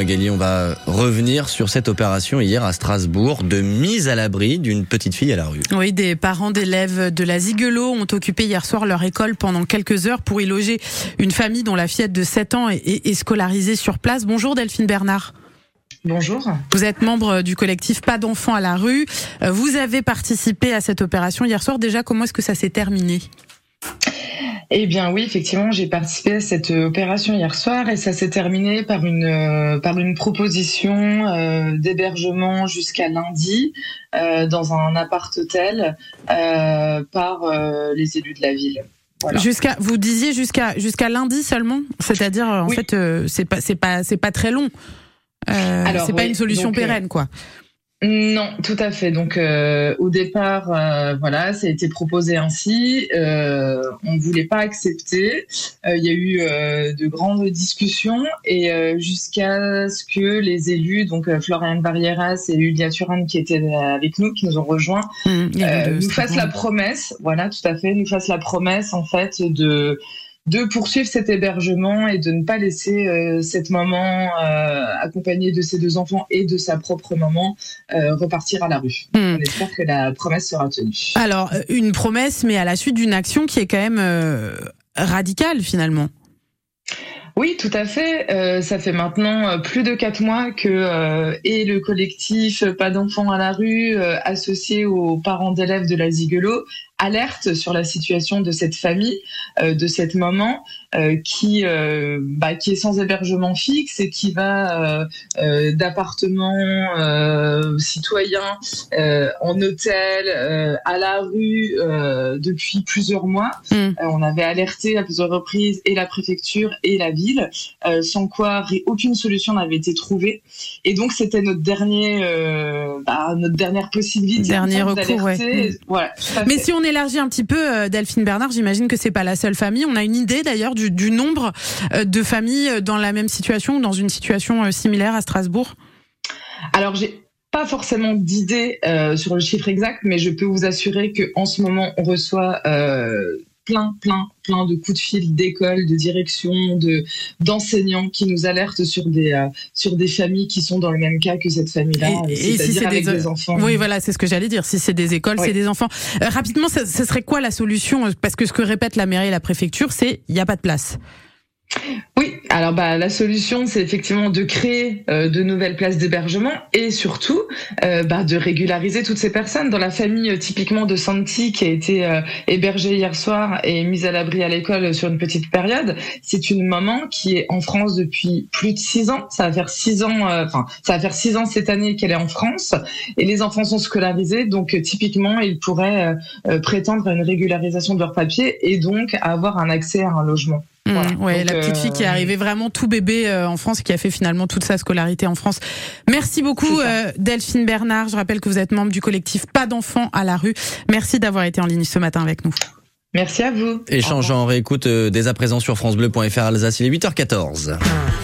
Magali, on va revenir sur cette opération hier à Strasbourg de mise à l'abri d'une petite fille à la rue. Oui, des parents d'élèves de la Ziguelot ont occupé hier soir leur école pendant quelques heures pour y loger une famille dont la fillette de 7 ans est scolarisée sur place. Bonjour Delphine Bernard. Bonjour. Vous êtes membre du collectif Pas d'enfants à la rue. Vous avez participé à cette opération hier soir. Déjà, comment est-ce que ça s'est terminé ? Eh bien oui, effectivement, j'ai participé à cette opération hier soir et ça s'est terminé par une proposition d'hébergement jusqu'à lundi dans un appart-hôtel par les élus de la ville. Voilà. Vous disiez jusqu'à lundi seulement, c'est-à-dire en oui. fait c'est pas très long. Alors, c'est pas une solution pérenne quoi. Non, tout à fait. Donc au départ, voilà, ça a été proposé ainsi. On ne voulait pas accepter. Il y a eu de grandes discussions et jusqu'à ce que les élus, donc Florian Barrieras et Julia Turan qui étaient avec nous, qui nous ont rejoints, nous fassent la promesse. Voilà, tout à fait, nous fassent la promesse en fait de poursuivre cet hébergement et de ne pas laisser cette maman accompagnée de ses 2 enfants et de sa propre maman repartir à la rue. On espère que la promesse sera tenue. Alors, une promesse, mais à la suite d'une action qui est quand même radicale finalement. Oui, tout à fait. Ça fait maintenant plus de 4 mois que et le collectif Pas d'enfants à la rue, associé aux parents d'élèves de la Ziguelot, alerte sur la situation de cette famille, de cette maman qui est sans hébergement fixe et qui va d'appartement citoyen en hôtel à la rue depuis plusieurs mois. On avait alerté à plusieurs reprises et la préfecture et la ville, sans quoi aucune solution n'avait été trouvée. Et donc c'était notre dernière possibilité. Dernier recours, ouais. Voilà. Mais si on élargit un petit peu, Delphine Bernard, j'imagine que c'est pas la seule famille. On a une idée d'ailleurs du nombre de familles dans la même situation ou dans une situation similaire à Strasbourg ? Alors j'ai pas forcément d'idée sur le chiffre exact, mais je peux vous assurer que en ce moment on reçoit plein de coups de fil d'écoles, de direction, d'enseignants qui nous alertent sur des familles qui sont dans le même cas que cette famille-là, c'est-à-dire si c'est avec des enfants. Oui, voilà, c'est ce que j'allais dire. Si c'est des écoles, oui. C'est des enfants. Rapidement, ce serait quoi la solution ? Parce que ce que répètent la mairie et la préfecture, c'est il n'y a pas de place. Oui, alors la solution, c'est effectivement de créer de nouvelles places d'hébergement et surtout de régulariser toutes ces personnes. Dans la famille typiquement de Santi qui a été hébergée hier soir et mise à l'abri à l'école sur une petite période, c'est une maman qui est en France depuis plus de 6 ans. Ça va faire 6 ans cette année qu'elle est en France et les enfants sont scolarisés. Donc typiquement, ils pourraient prétendre à une régularisation de leurs papiers et donc avoir un accès à un logement. Voilà. Ouais, donc, la petite fille qui est arrivée vraiment tout bébé en France, qui a fait finalement toute sa scolarité en France. Merci beaucoup Delphine Bernard. Je rappelle que vous êtes membre du collectif Pas d'enfants à la rue. Merci d'avoir été en ligne ce matin avec nous. Merci à vous. Échange en réécoute dès à présent sur francebleu.fr Alsace, il est 8h14.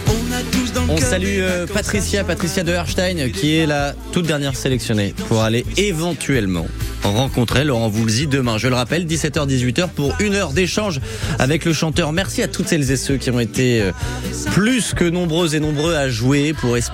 On salue Patricia de Herstein qui est la toute dernière sélectionnée pour aller éventuellement rencontrer Laurent Voulzy demain. Je le rappelle, 17h-18h pour 1 heure d'échange avec le chanteur. Merci à toutes celles et ceux qui ont été plus que nombreuses et nombreux à jouer pour